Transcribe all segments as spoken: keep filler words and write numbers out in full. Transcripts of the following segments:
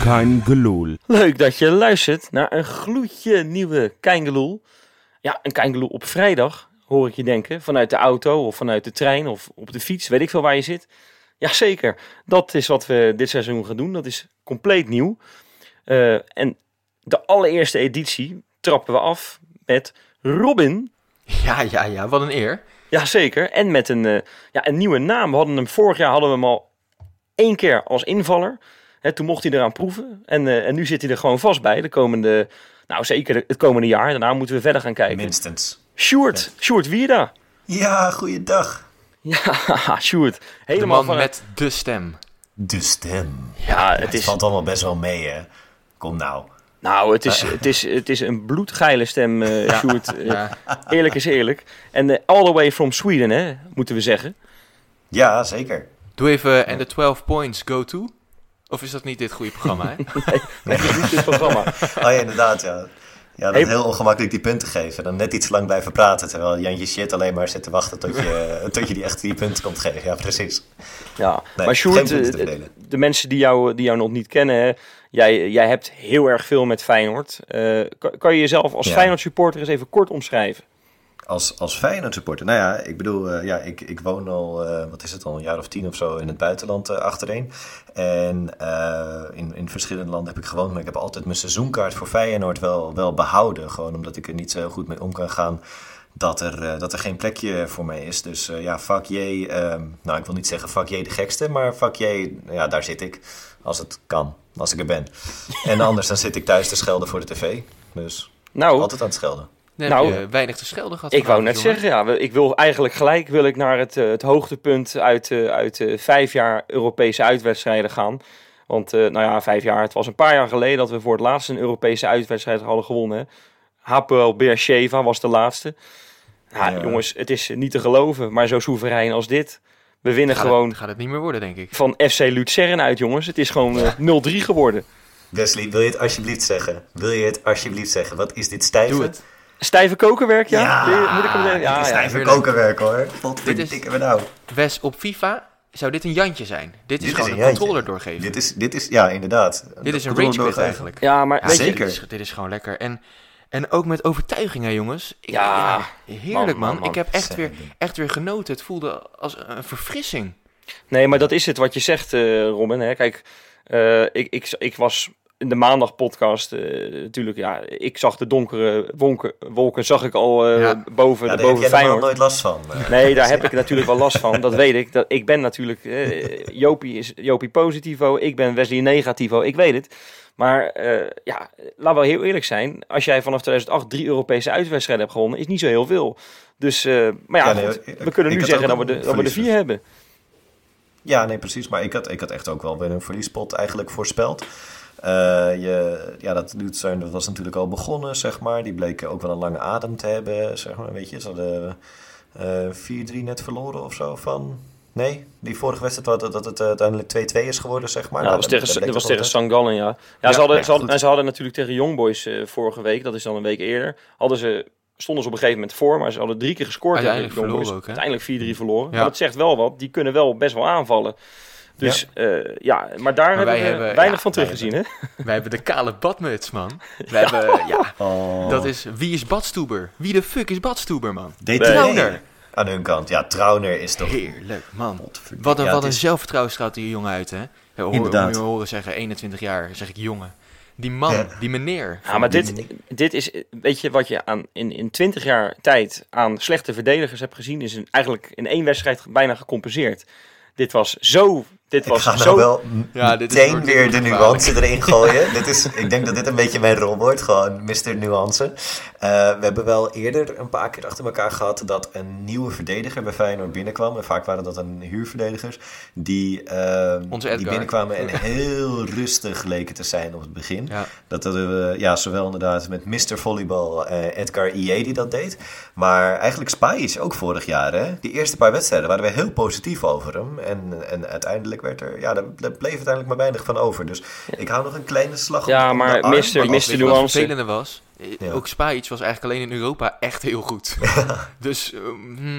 Kein Geloel. Leuk dat je luistert naar een gloedje nieuwe Kein Geloel. Ja, een Kein Geloel op vrijdag, hoor ik je denken. Vanuit de auto of vanuit de trein of op de fiets, weet ik veel waar je zit. Jazeker, dat is wat we dit seizoen gaan doen. Dat is compleet nieuw. Uh, en de allereerste editie trappen we af met Robin. Ja, ja, ja, wat een eer. Jazeker, en met een, uh, ja, een nieuwe naam. We hadden hem vorig jaar hadden we hem al één keer als invaller. He, toen mocht hij eraan proeven. En, uh, en nu zit hij er gewoon vast bij. De komende, nou zeker het komende jaar. Daarna moeten we verder gaan kijken. Minstens. Sjoerd, ja. Sjoerd Wierda. Ja, goeiedag. Ja, Sjoerd. Helemaal de man van met het... de stem. De stem. Ja, ja het, het is... valt allemaal best wel mee, hè. Kom nou. Nou, het is, het is, het is een bloedgeile stem, uh, ja. Sjoerd. Uh, ja. Eerlijk is eerlijk. En uh, all the way from Sweden, hè, moeten we zeggen. Ja, zeker. Doe even en de twaalf points go to. Of is dat niet dit goede programma, hè? nee, nee, dat is niet dit programma. Oh ja, inderdaad, ja. Ja, dat is heel ongemakkelijk die punten geven. Dan net iets lang blijven praten, terwijl Jantje shit alleen maar zit te wachten tot je, tot je die echt die punten komt geven. Ja, precies. Ja, nee, maar Sjoerd, de, de mensen die jou, die jou nog niet kennen, hè, jij, jij hebt heel erg veel met Feyenoord. Uh, kan, kan je jezelf als ja. Feyenoord supporter eens even kort omschrijven? Als, als Feyenoord supporter? Nou ja, ik bedoel, uh, ja, ik, ik woon al, uh, wat is het al, een jaar of tien of zo in het buitenland uh, achtereen. En uh, in, in verschillende landen heb ik gewoond, maar ik heb altijd mijn seizoenkaart voor Feyenoord wel, wel behouden. Gewoon omdat ik er niet zo goed mee om kan gaan dat er, uh, dat er geen plekje voor mij is. Dus uh, ja, fuck je, uh, nou ik wil niet zeggen fuck je de gekste, maar fuck je, ja, daar zit ik. Als het kan, als ik er ben. En anders dan zit ik thuis te schelden voor de tv. Dus nou, altijd aan het schelden. Nee, nou, heb je weinig te schelden gehad. Ik wou net jongen. zeggen, ja, ik wil eigenlijk gelijk wil ik naar het, het hoogtepunt uit, uh, uit uh, vijf jaar Europese uitwedstrijden gaan. Want, uh, nou ja, vijf jaar, het was een paar jaar geleden dat we voor het laatst een Europese uitwedstrijd hadden gewonnen. Hapoel Beersheva was de laatste. Nou, ja. Jongens, het is niet te geloven, maar zo soeverein als dit. We winnen gaat gewoon... Het, gaat het niet meer worden, denk ik. Van F C Luzern uit, jongens. Het is gewoon uh, nul drie geworden. Wesley, wil je het alsjeblieft zeggen? Wil je het alsjeblieft zeggen? Wat is dit stijve? Doe het. Stijve kokerwerk, ja? Ja, Moet ik hem zeggen? Ja, stijve ja, kokerwerk, hoor. Wat dikke we nou. Wes, op FIFA zou dit een Jantje zijn. Dit is dit gewoon is een, een controller doorgeven. Dit is, dit is, ja, inderdaad. Dit is een range eigenlijk. Ja, maar ja, weet zeker. Je, dit, is, dit is gewoon lekker. En, en ook met overtuiging, hè, jongens. Ik, ja, ja, heerlijk, man. man, man. Ik heb echt weer, echt weer genoten. Het voelde als een verfrissing. Nee, maar dat is het wat je zegt, uh, Robin. Hè? Kijk, uh, ik, ik, ik was... In de maandagpodcast, uh, natuurlijk, ja, ik zag de donkere wolken, wolken zag ik al uh, ja. boven, ja, de, boven Feyenoord. Daar heb je nooit last van. Uh, nee, daar heb ik natuurlijk wel last van, dat weet ik. Dat, ik ben natuurlijk, uh, Jopie is Jopie positivo, ik ben Wesley negativo, ik weet het. Maar uh, ja, laten we heel eerlijk zijn, als jij vanaf tweeduizend acht drie Europese uitwedstrijden hebt gewonnen, is niet zo heel veel. Dus, uh, maar ja, ja nee, goed, ik, we kunnen nu zeggen dat we, de, dat we de vier hebben. Ja, nee, precies. Maar ik had, ik had echt ook wel weer een verliespot eigenlijk voorspeld. Uh, je, ja, dat Luzern dat was natuurlijk al begonnen, zeg maar. Die bleken ook wel een lange adem te hebben, zeg maar. Weet je, ze hadden uh, vier drie net verloren of zo van... Nee, die vorige wedstrijd dat, dat het uh, uiteindelijk twee twee is geworden, zeg maar. Ja, dat was tegen, dat was tegen Sankt Gallen, ja. Ja, ja, ze hadden, ja ze hadden, en ze hadden natuurlijk tegen Young Boys uh, vorige week, dat is dan een week eerder, hadden ze... stonden ze op een gegeven moment voor, maar ze hadden drie keer gescoord. Uiteindelijk verloren ook, hè? Uiteindelijk vier drie verloren. Ja. Maar dat zegt wel wat, die kunnen wel best wel aanvallen. Dus ja, uh, ja maar daar maar hebben we hebben, weinig ja, van teruggezien, hè? Wij hebben de kale badmuts, man. Wij ja. hebben, ja, oh. dat is, wie is Badstuber? Wie de fuck is Badstuber, man? Trauner. Aan hun kant, ja, Trauner is toch... Heerlijk, man. Wat een, ja, wat een is... zelfvertrouwen straalt die jongen uit, hè? Ja, hoor, Inderdaad. Om je horen zeggen, eenentwintig jaar, zeg ik jongen. Die man, ja. die meneer. Ja, maar dit, dit is, weet je, wat je aan, in, in twintig jaar tijd aan slechte verdedigers hebt gezien, is een, eigenlijk in één wedstrijd bijna gecompenseerd. Dit was zo... Dit was ik ga zo... nou wel ja, meteen dit weer de nuance erin gooien. dit is, ik denk dat dit een beetje mijn rol wordt, gewoon mister Nuance. Uh, we hebben wel eerder een paar keer achter elkaar gehad dat een nieuwe verdediger bij Feyenoord binnenkwam. En vaak waren dat een huurverdedigers die, uh, die binnenkwamen en heel rustig leken te zijn op het begin. Ja. Dat we uh, ja, zowel inderdaad met mister Volleybal uh, Edgar I E die dat deed. Maar eigenlijk Spajic ook vorig jaar. Hè? Die eerste paar wedstrijden waren we heel positief over hem. En, en uiteindelijk werd er, ja, er bleef uiteindelijk maar weinig van over. Dus ik hou nog een kleine slag op ja, maar de arm. mister Maar mister Nuance. Wat vervelende was, ja. ook Spajic was eigenlijk alleen in Europa echt heel goed. dus, um,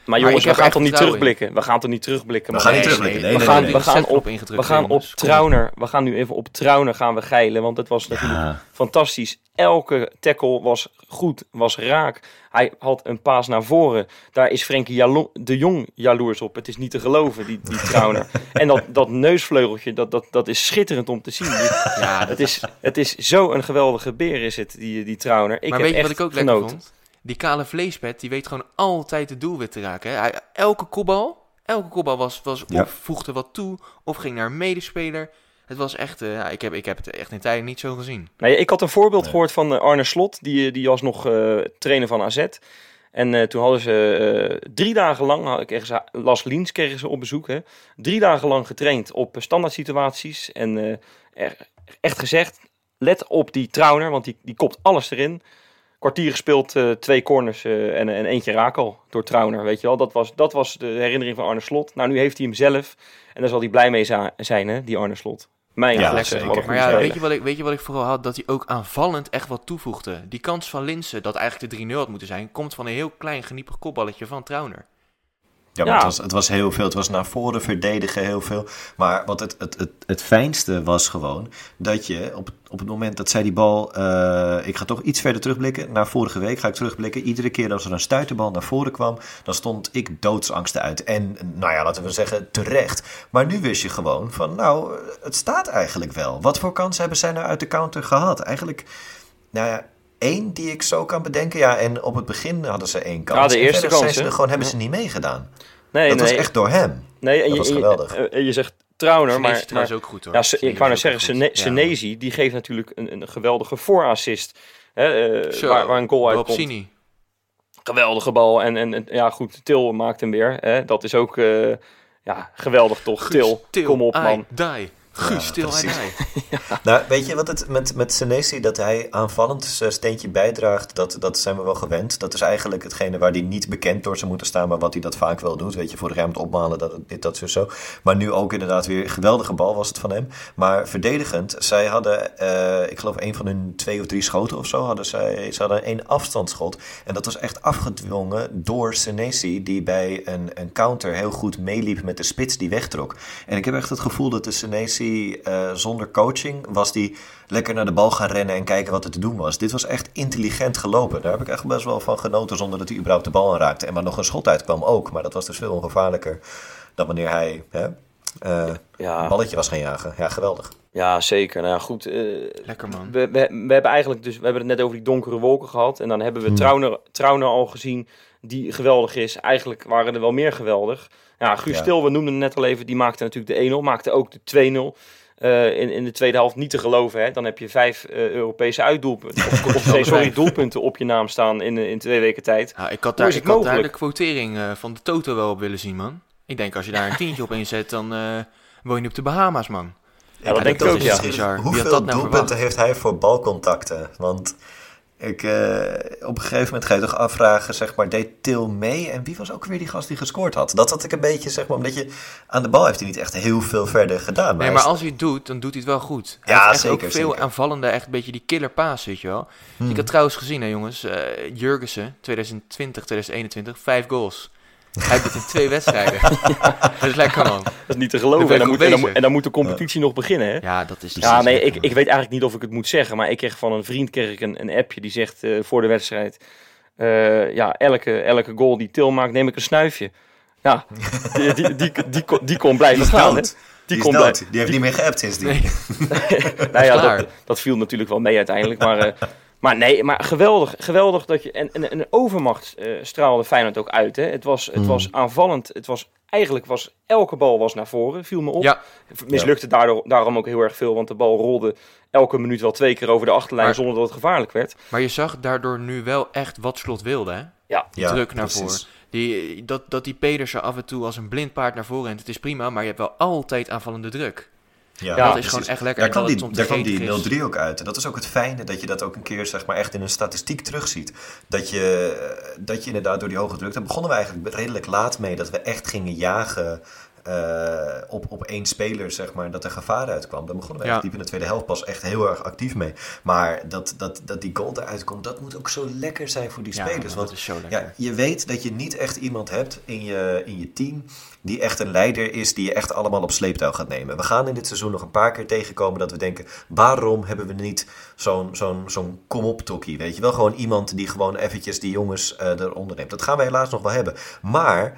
Maar jongens, we gaan toch niet terugblikken? We gaan toch niet terugblikken? We gaan niet terugblikken. We gaan, we gaan op, we gaan op Trauner. We gaan nu even op Trauner gaan we geilen. Want het was natuurlijk ja. fantastisch. Elke tackle was goed, was raak. Hij had een paas naar voren. Daar is Frenkie Jalo- de Jong jaloers op. Het is niet te geloven, die, die Trauner. En dat, dat neusvleugeltje, dat, dat, dat is schitterend om te zien. Die, ja, het is, het is zo een geweldige beer is het, die, die Trauner. Ik maar heb weet je echt wat ik ook genoten. lekker vond? Die kale vleespet, die weet gewoon altijd het doelwit te raken. Hè? Hij, elke kopbal, elke kopbal was, was ja. of voegde wat toe, of ging naar een medespeler. Het was echt, uh, ja, ik, heb, ik heb het echt in tijden niet zo gezien. Nee, ik had een voorbeeld nee. gehoord van uh, Arne Slot, die, die was nog uh, trainer van A Z. En uh, toen hadden ze uh, drie dagen lang, kregen ze, Las Liens kregen ze op bezoek, hè, drie dagen lang getraind op standaard situaties. En uh, er, echt gezegd, let op die Trauner, want die, die kopt alles erin. Kwartier gespeeld, uh, twee corners uh, en, en eentje raak al door Trauner, weet je wel. Dat was, dat was de herinnering van Arne Slot. Nou, nu heeft hij hem zelf en daar zal hij blij mee za- zijn, hè, die Arne Slot. Mijn ja, lekker. Maar ja, weet je, wat ik, weet je wat ik vooral had? Dat hij ook aanvallend echt wat toevoegde. Die kans van Linssen, dat eigenlijk de drie nul had moeten zijn, komt van een heel klein geniepig kopballetje van Trauner. Ja, maar ja. Het, was, het was heel veel. Het was naar voren verdedigen heel veel. Maar wat het, het, het, het fijnste was gewoon dat je op, op het moment dat zij die bal... Uh, ik ga toch iets verder terugblikken. Naar vorige week ga ik terugblikken. Iedere keer als er een stuiterbal naar voren kwam, dan stond ik doodsangsten uit. En nou ja, laten we zeggen terecht. Maar nu wist je gewoon van nou, het staat eigenlijk wel. Wat voor kansen hebben zij nou uit de counter gehad? Eigenlijk, nou ja... Eén die ik zo kan bedenken. Ja, en op het begin hadden ze één kans. Ja, de eerste kans. Zijn ze er gewoon, hebben ze niet meegedaan. Nee, dat nee. was echt door hem. Nee, en dat je, was geweldig. Je, je, je zegt Trauner, maar... Senesi trouwens ook goed hoor. Ja, se, ik wou nou zeggen, Sene, Senesi, ja. die geeft natuurlijk een, een geweldige voorassist. Hè, uh, Zo, waar, waar een goal uitkomt. Sini. Geweldige bal. En, en, en ja, goed, Til maakt hem weer. Hè. Dat is ook uh, ja, geweldig toch. Guus, Til, Til, kom op man. Die. Guus, Til en hij. Ja. Nou, weet je wat het met, met Senesi, dat hij aanvallend zijn steentje bijdraagt, dat, dat zijn we wel gewend. Dat is eigenlijk hetgene waar hij niet bekend door zou moeten staan, maar wat hij dat vaak wel doet. Weet je, vorig jaar met opmalen, dat, dit, dat zo, zo. Maar nu ook inderdaad weer, geweldige bal was het van hem. Maar verdedigend, zij hadden, uh, ik geloof een van hun twee of drie schoten of zo, hadden zij, ze hadden één afstandsschot. En dat was echt afgedwongen door Senesi, die bij een, een counter heel goed meeliep met de spits die wegtrok. En ik heb echt het gevoel dat de Senesi Uh, zonder coaching was die lekker naar de bal gaan rennen en kijken wat er te doen was. Dit was echt intelligent gelopen. Daar heb ik echt best wel van genoten zonder dat hij überhaupt de bal aanraakte. En waar nog een schot uitkwam ook. Maar dat was dus veel ongevaarlijker dan wanneer hij hè, uh, ja. een balletje was gaan jagen. Ja, geweldig. Ja, zeker. Nou goed. Uh, Lekker man. We, we, we hebben eigenlijk dus, we hebben het net over die donkere wolken gehad. En dan hebben we hmm. Trauner, Trauner al gezien, die geweldig is. Eigenlijk waren er wel meer geweldig. Ja, Guus ja. Til, we noemden het net al even, die maakte natuurlijk de één nul, maakte ook de twee nul. Uh, in, in de tweede helft niet te geloven. Hè? Dan heb je vijf uh, Europese uitdoelpunten. Of, of nee, sorry, doelpunten op je naam staan in, in twee weken tijd. Ja, ik had daar, ik had daar de quotering uh, van de Toto wel op willen zien, man. Ik denk, als je daar een tientje op inzet, dan uh, woon je op de Bahama's, man. Ja, ja dat denk ik ook, ja. Bizar. Hoeveel nou doelpunten verwacht? Heeft hij voor balcontacten? Want... Ik, uh, op een gegeven moment ga je toch afvragen, zeg maar, deed Til mee? En wie was ook weer die gast die gescoord had? Dat had ik een beetje, zeg maar, omdat je aan de bal heeft hij niet echt heel veel verder gedaan. Maar nee, maar als hij het doet, dan doet hij het wel goed. Hij ja, heeft zeker. Ook veel zeker. aanvallende, echt een beetje die killer paas, weet je wel. Hmm. Ik had trouwens gezien, hè jongens, uh, Jurgensen, twintig twintig, twintig eenentwintig, vijf goals. Hij doet in twee wedstrijden. Ja. Dat is lekker, man. Dat is niet te geloven. En dan, moet, en, dan, en dan moet de competitie ja. nog beginnen, hè? Ja, dat is... Ja, nee, ik, ik weet eigenlijk niet of ik het moet zeggen, maar ik kreeg van een vriend kreeg ik een, een appje die zegt uh, voor de wedstrijd, uh, ja, elke, elke goal die Til maakt, neem ik een snuifje. Ja, die, die, die, die, die, die kon blijven gaan, hè? Die, die, kon blij... die heeft niet meer geappt sinds die. Nee. Nou ja, dat, dat viel natuurlijk wel mee uiteindelijk, maar... Uh, Maar nee, maar geweldig, geweldig dat je... En, en, en een overmacht uh, straalde Feyenoord ook uit, hè. Het was, het mm. was aanvallend, het was... Eigenlijk was elke bal was naar voren, viel me op. Ja. Mislukte ja. daardoor, daarom ook heel erg veel, want de bal rolde elke minuut wel twee keer over de achterlijn maar, zonder dat het gevaarlijk werd. Maar je zag daardoor nu wel echt wat Slot wilde, hè? Ja. Die druk ja, naar precies. voren. Die, dat, dat die Pedersen af en toe als een blind paard naar voren rent, het is prima, maar je hebt wel altijd aanvallende druk. Ja, ja, dat is precies. gewoon echt lekker. Daar kwam die, daar kwam die nul drie ook uit. En dat is ook het fijne, dat je dat ook een keer zeg maar, echt in een statistiek terugziet. Dat je, dat je inderdaad door die hoge druk... Daar begonnen we eigenlijk redelijk laat mee, dat we echt gingen jagen uh, op, op één speler, zeg maar, dat er gevaar uitkwam. Daar begonnen we ja. echt diep in de tweede helft pas echt heel erg actief mee. Maar dat, dat, dat die goal eruit komt, dat moet ook zo lekker zijn voor die ja, spelers. dat Want is zo lekker. Ja, je weet dat je niet echt iemand hebt in je, in je team die echt een leider is, die je echt allemaal op sleeptouw gaat nemen. We gaan in dit seizoen nog een paar keer tegenkomen dat we denken, waarom hebben we niet zo'n, zo'n, zo'n kom-op-tokkie, weet je wel? Gewoon iemand die gewoon eventjes die jongens uh, eronder neemt. Dat gaan we helaas nog wel hebben. Maar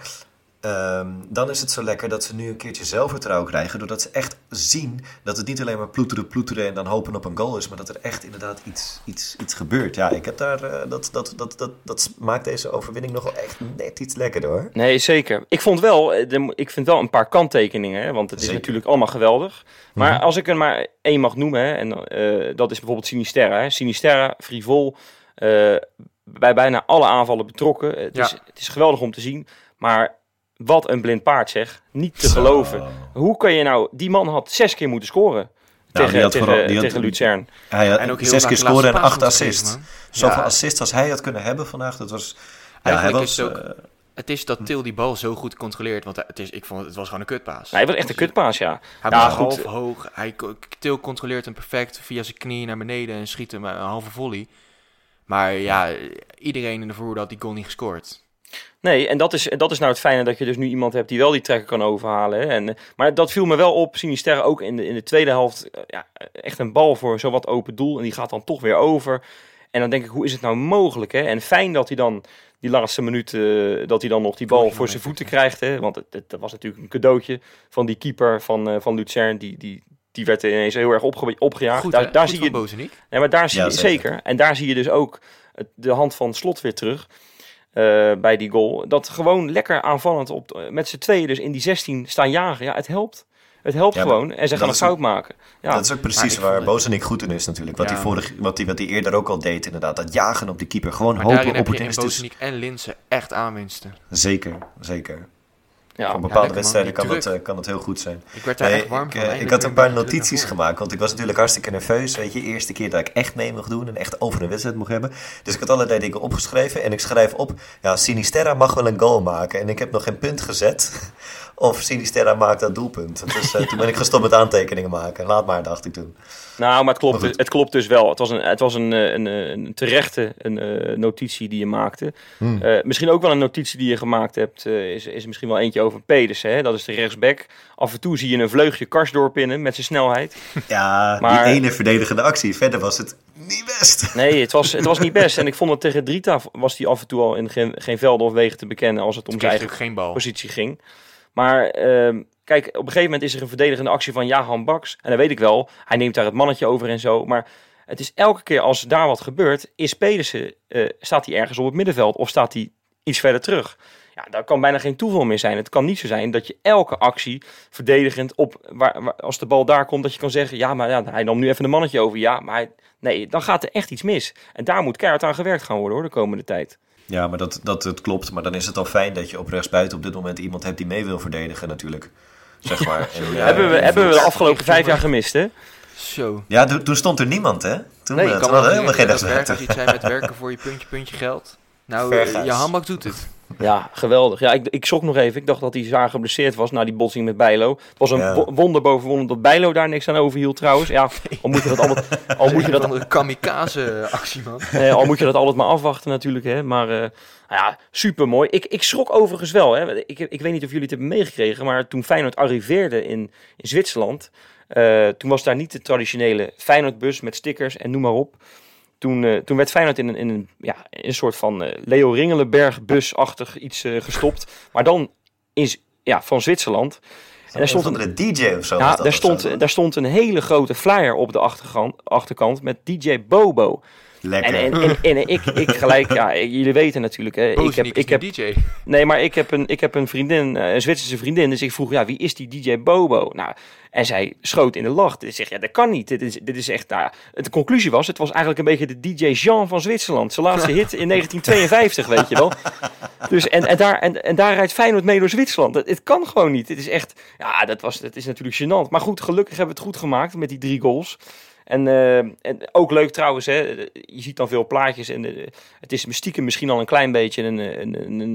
Um, dan is het zo lekker dat ze nu een keertje zelfvertrouwen krijgen, doordat ze echt zien dat het niet alleen maar ploeteren, ploeteren en dan hopen op een goal is, maar dat er echt inderdaad iets, iets, iets gebeurt. Ja, ik heb daar, uh, dat, dat, dat, dat, dat maakt deze overwinning nog wel echt net iets lekkerder, hoor. Nee, zeker. Ik vond wel, ik vind wel een paar kanttekeningen, hè, want het is zeker. natuurlijk allemaal geweldig. Maar mm-hmm. als ik er maar één mag noemen, hè, en uh, dat is bijvoorbeeld Sinisterra. Hè. Sinisterra, frivol, uh, bij bijna alle aanvallen betrokken. Het, ja. is, het is geweldig om te zien, maar wat een blind paard, zeg. Niet te Zo. geloven. Hoe kan je nou... Die man had zes keer moeten scoren. Nou, tegen tegen, vooral, tegen had, Luzern. Hij had en ook zes keer scoren en acht assists. Zoveel ja. assists als hij had kunnen hebben vandaag. Dat was... Ja, hij was is het, ook, uh, het is dat Til die bal zo goed controleert. Want het, is, ik vond, het was gewoon een kutpaas. Nee, hij was echt een kutpaas, ja. Hij ja, was half hoog. Hij, Til controleert hem perfect via zijn knieën naar beneden. En schiet hem een halve volley. Maar ja, iedereen in de voordeel had die goal niet gescoord. Nee, en dat is, dat is nou het fijne dat je dus nu iemand hebt die wel die trekker kan overhalen. Hè. En, maar dat viel me wel op. Sinisterra ook in de, in de tweede helft. Ja, echt een bal voor zowat open doel. En die gaat dan toch weer over. En dan denk ik, hoe is het nou mogelijk? Hè? En fijn dat hij dan die laatste minuut, uh, dat hij dan nog die bal voor zijn voeten krijgt. Hè? Want het, het, dat was natuurlijk een cadeautje van die keeper van, uh, van Luzern. Die, die, die werd ineens heel erg opge- opgejaagd. Goed, daar, daar Goed zie je Bozenik. Nee, maar daar zie ja, je zeker. zeker. En daar zie je dus ook het, de hand van Slot weer terug. Uh, bij die goal. Dat gewoon lekker aanvallend op, uh, met z'n tweeën dus in die zestien staan jagen. Ja, het helpt. Het helpt ja, gewoon. En ze gaan een fout ook, maken. Ja. Dat is ook precies waar Bozenik goed in is natuurlijk. Wat, ja. hij vorig, wat, hij, wat hij eerder ook al deed inderdaad. Dat jagen op de keeper. Gewoon maar hopen op het eerste. Bozenik en Linse echt aanwinsten. Zeker, zeker. Ja, voor bepaalde ja, wedstrijden kan het, uh, kan het heel goed zijn. Ik werd daar nee, echt warm ik, van. Uh, ik had een paar notities gemaakt, want ik was natuurlijk hartstikke nerveus. Weet je, eerste keer dat ik echt mee mocht doen en echt over een wedstrijd mocht hebben. Dus ik had allerlei dingen opgeschreven en ik schrijf op, ja, Sinisterra mag wel een goal maken. En ik heb nog geen punt gezet of Sinisterra maakt dat doelpunt. Dus uh, toen ben ik gestopt met aantekeningen maken. Laat maar, dacht ik toen. Nou, maar het klopt, maar het klopt dus wel. Het was een, het was een, een, een terechte een, uh, notitie die je maakte. Hmm. Uh, misschien ook wel een notitie die je gemaakt hebt, uh, is, is misschien wel eentje over Pedersen. Hè? Dat is de rechtsback. Af en toe zie je een vleugje Karsdorp pinnen met zijn snelheid. Ja, maar die ene verdedigende actie. Verder was het niet best. Nee, het was, het was niet best. En ik vond het tegen Drita was hij af en toe al in geen, geen velden of wegen te bekennen als het om zijn eigen geen bal. positie ging. Maar uh, kijk, op een gegeven moment is er een verdedigende actie van Jahan Baks. En dat weet ik wel. Hij neemt daar het mannetje over en zo. Maar het is elke keer als daar wat gebeurt, is Pedersen, uh, staat hij ergens op het middenveld of staat hij iets verder terug. Ja, daar kan bijna geen toeval meer zijn. Het kan niet zo zijn dat je elke actie verdedigend op, waar, waar, als de bal daar komt, dat je kan zeggen, ja, maar ja, hij nam nu even een mannetje over. Ja, maar hij, nee, dan gaat er echt iets mis. En daar moet keihard aan gewerkt gaan worden, hoor, de komende tijd. Ja, maar dat, dat het klopt. Maar dan is het al fijn dat je op rechtsbuiten op dit moment iemand hebt die mee wil verdedigen natuurlijk. Zeg maar. En, ja, hebben we, hebben we de afgelopen vijf jaar gemist, hè? Zo. Ja, toen, toen stond er niemand, hè? Toen, nee, uh, ik toen kan hadden wel helemaal geen rechtsbuiten. Dat werkt iets zijn met werken voor je puntje, puntje geld. Nou, je handbak doet het. Ja, geweldig. Ja, ik, ik schrok nog even. Ik dacht dat hij zwaar geblesseerd was na die botsing met Bijlo. Het was een ja. wo- wonder boven wonder dat Bijlo daar niks aan overhield trouwens. Ja, al moet je dat altijd... Al moet je dat, een kamikaze actie, man. Eh, al moet je dat altijd maar afwachten natuurlijk, hè. Maar uh, ja, super mooi. Ik, ik schrok overigens wel, hè. Ik, ik weet niet of jullie het hebben meegekregen, maar toen Feyenoord arriveerde in, in Zwitserland, uh, toen was daar niet de traditionele Feyenoordbus met stickers en noem maar op. Toen, uh, toen werd Feyenoord in een, in een, ja, in een soort van uh, Leo Ringelenberg-busachtig iets uh, gestopt. Maar dan in, ja, van Zwitserland. En daar stond een, een D J of zo. Ja, daar stond, zo, daar stond een hele grote flyer op de achterkant, achterkant met D J Bobo. Lekker. En, en, en, en ik, ik gelijk, ja, jullie weten natuurlijk. Hè, ik heb, ik heb, D J. Nee, maar ik heb een, ik heb een vriendin, een Zwitserse vriendin. Dus ik vroeg, ja, wie is die D J Bobo? Nou, en zij schoot in de lach. Dus ik zeg, ja, dat kan niet. Dit is, dit is echt, nou, de conclusie was, het was eigenlijk een beetje de D J Jean van Zwitserland. Zijn laatste hit in negentien tweeënvijftig, weet je wel. Dus, en, en, daar, en, en daar rijdt Feyenoord mee door Zwitserland. Het, het kan gewoon niet. Het is echt, ja, dat, was, dat is natuurlijk gênant. Maar goed, gelukkig hebben we het goed gemaakt met die drie goals. En, uh, en ook leuk trouwens, hè, je ziet dan veel plaatjes en uh, het is stiekem misschien al een klein beetje een, een, een, een,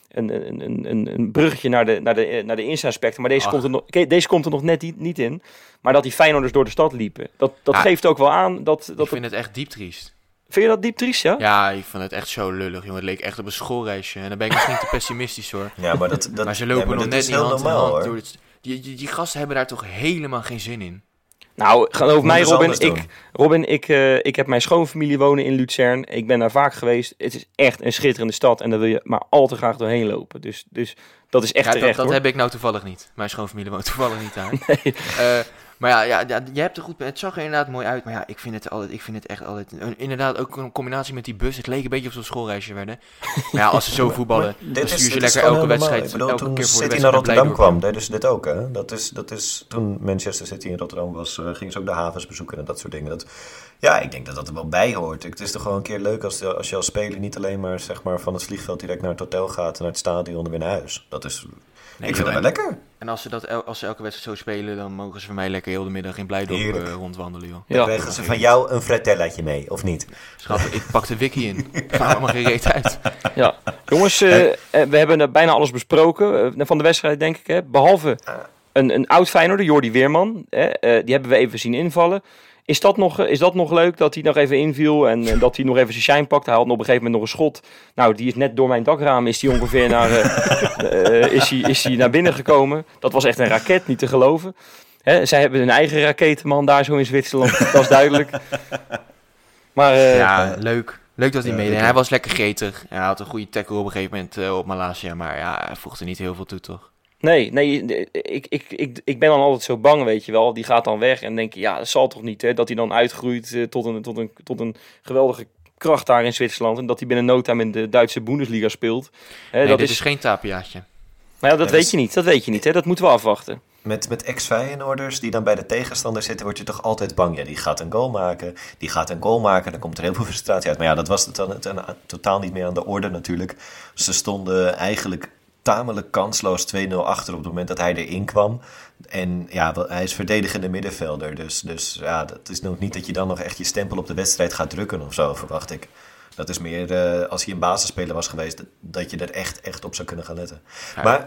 een, een, een, een bruggetje naar de, naar de, naar de Insta-aspecten. Maar deze komt, er nog, deze komt er nog net niet, niet in. Maar dat die Feyenoorders door de stad liepen. Dat, dat ja, geeft ook wel aan dat... dat ik vind het echt diep triest. Vind je dat diep triest, ja? Ja, ik vond het echt zo lullig, jongen. Het leek echt op een schoolreisje. En dan ben ik misschien te pessimistisch, hoor. Ja, maar, dat, dat, maar ze lopen nee, maar nog net niet hand in hand. Door het, die, die, die gasten hebben daar toch helemaal geen zin in? Nou, geloof mij, Robin. Ik, Robin ik, uh, ik heb mijn schoonfamilie wonen in Luzern. Ik ben daar vaak geweest. Het is echt een schitterende stad. En daar wil je maar al te graag doorheen lopen. Dus, dus dat is echt ja, terecht, dat, dat hoor. heb ik nou toevallig niet. Mijn schoonfamilie woont toevallig niet daar. Nee. Uh, Maar ja, ja, ja, je hebt er goed bij. Het zag er inderdaad mooi uit. Maar ja, ik vind het, altijd, ik vind het echt altijd... Inderdaad, ook een combinatie met die bus. Het leek een beetje of zo'n schoolreisje werden. Maar ja, als ze zo voetballen, dan stuur je lekker elke wedstrijd... Ik bedoel, elke toen keer voor City de naar Rotterdam kwam, door. deden ze dit ook, hè? Dat is, dat is, toen Manchester City in Rotterdam was, uh, gingen ze ook de havens bezoeken en dat soort dingen. Dat, ja, ik denk dat dat er wel bij hoort. Het is toch gewoon een keer leuk als, als je als speler niet alleen maar, zeg maar van het vliegveld direct naar het hotel gaat en naar het stadion en weer naar huis. Dat is... Nee, ik vind het wel lekker. En als ze, dat el- als ze elke wedstrijd zo spelen, dan mogen ze voor mij lekker heel de middag in Blijdorp uh, rondwandelen, joh. Dan ja. krijgen ze van jou een fratellaatje mee, of niet? Schat, ik pak de wiki in. Ik maak allemaal geen reet uit. Ja, jongens, uh, uh, we hebben bijna alles besproken uh, van de wedstrijd, denk ik. Hè? Behalve een, een oud Feyenoorder, Jordi Weerman. Hè? Uh, die hebben we even zien invallen. Is dat, nog, is dat nog leuk, dat hij nog even inviel en, en dat hij nog even zijn shine pakt? Hij had op een gegeven moment nog een schot. Nou, die is net door mijn dakraam, is die ongeveer naar, uh, uh, is hij, is hij naar binnen gekomen. Dat was echt een raket, niet te geloven. Hè, zij hebben hun eigen raketenman daar zo in Zwitserland, dat is duidelijk. Maar, uh, ja, leuk. Leuk dat hij ja, meedeed. Hij was lekker gretig. Hij had een goede tackle op een gegeven moment uh, op Malasia, maar ja, hij voegde niet heel veel toe, toch? Nee, nee ik, ik, ik, ik ben dan altijd zo bang, weet je wel. Die gaat dan weg en denk je, ja, dat zal toch niet, hè? Dat hij dan uitgroeit uh, tot, een, tot, een, tot een geweldige kracht daar in Zwitserland. En dat hij binnen no time in de Duitse Bundesliga speelt. Hè, nee, dat dit is... is geen tapiaatje. Maar ja, dat ja, weet dus... je niet, dat weet je niet, hè? Dat moeten we afwachten. Met, met ex-Feyenoorders die dan bij de tegenstander zitten, word je toch altijd bang. Ja, die gaat een goal maken, die gaat een goal maken, dan komt er heel veel frustratie uit. Maar ja, dat was het dan, het, dan totaal niet meer aan de orde natuurlijk. Ze stonden eigenlijk tamelijk kansloos twee nul achter op het moment dat hij erin kwam. En ja, hij is verdedigende middenvelder. Dus, dus ja, dat is nog niet dat je dan nog echt je stempel op de wedstrijd gaat drukken of zo, verwacht ik. Dat is meer uh, als hij een basisspeler was geweest, dat, dat je er echt, echt op zou kunnen gaan letten. Ja. Maar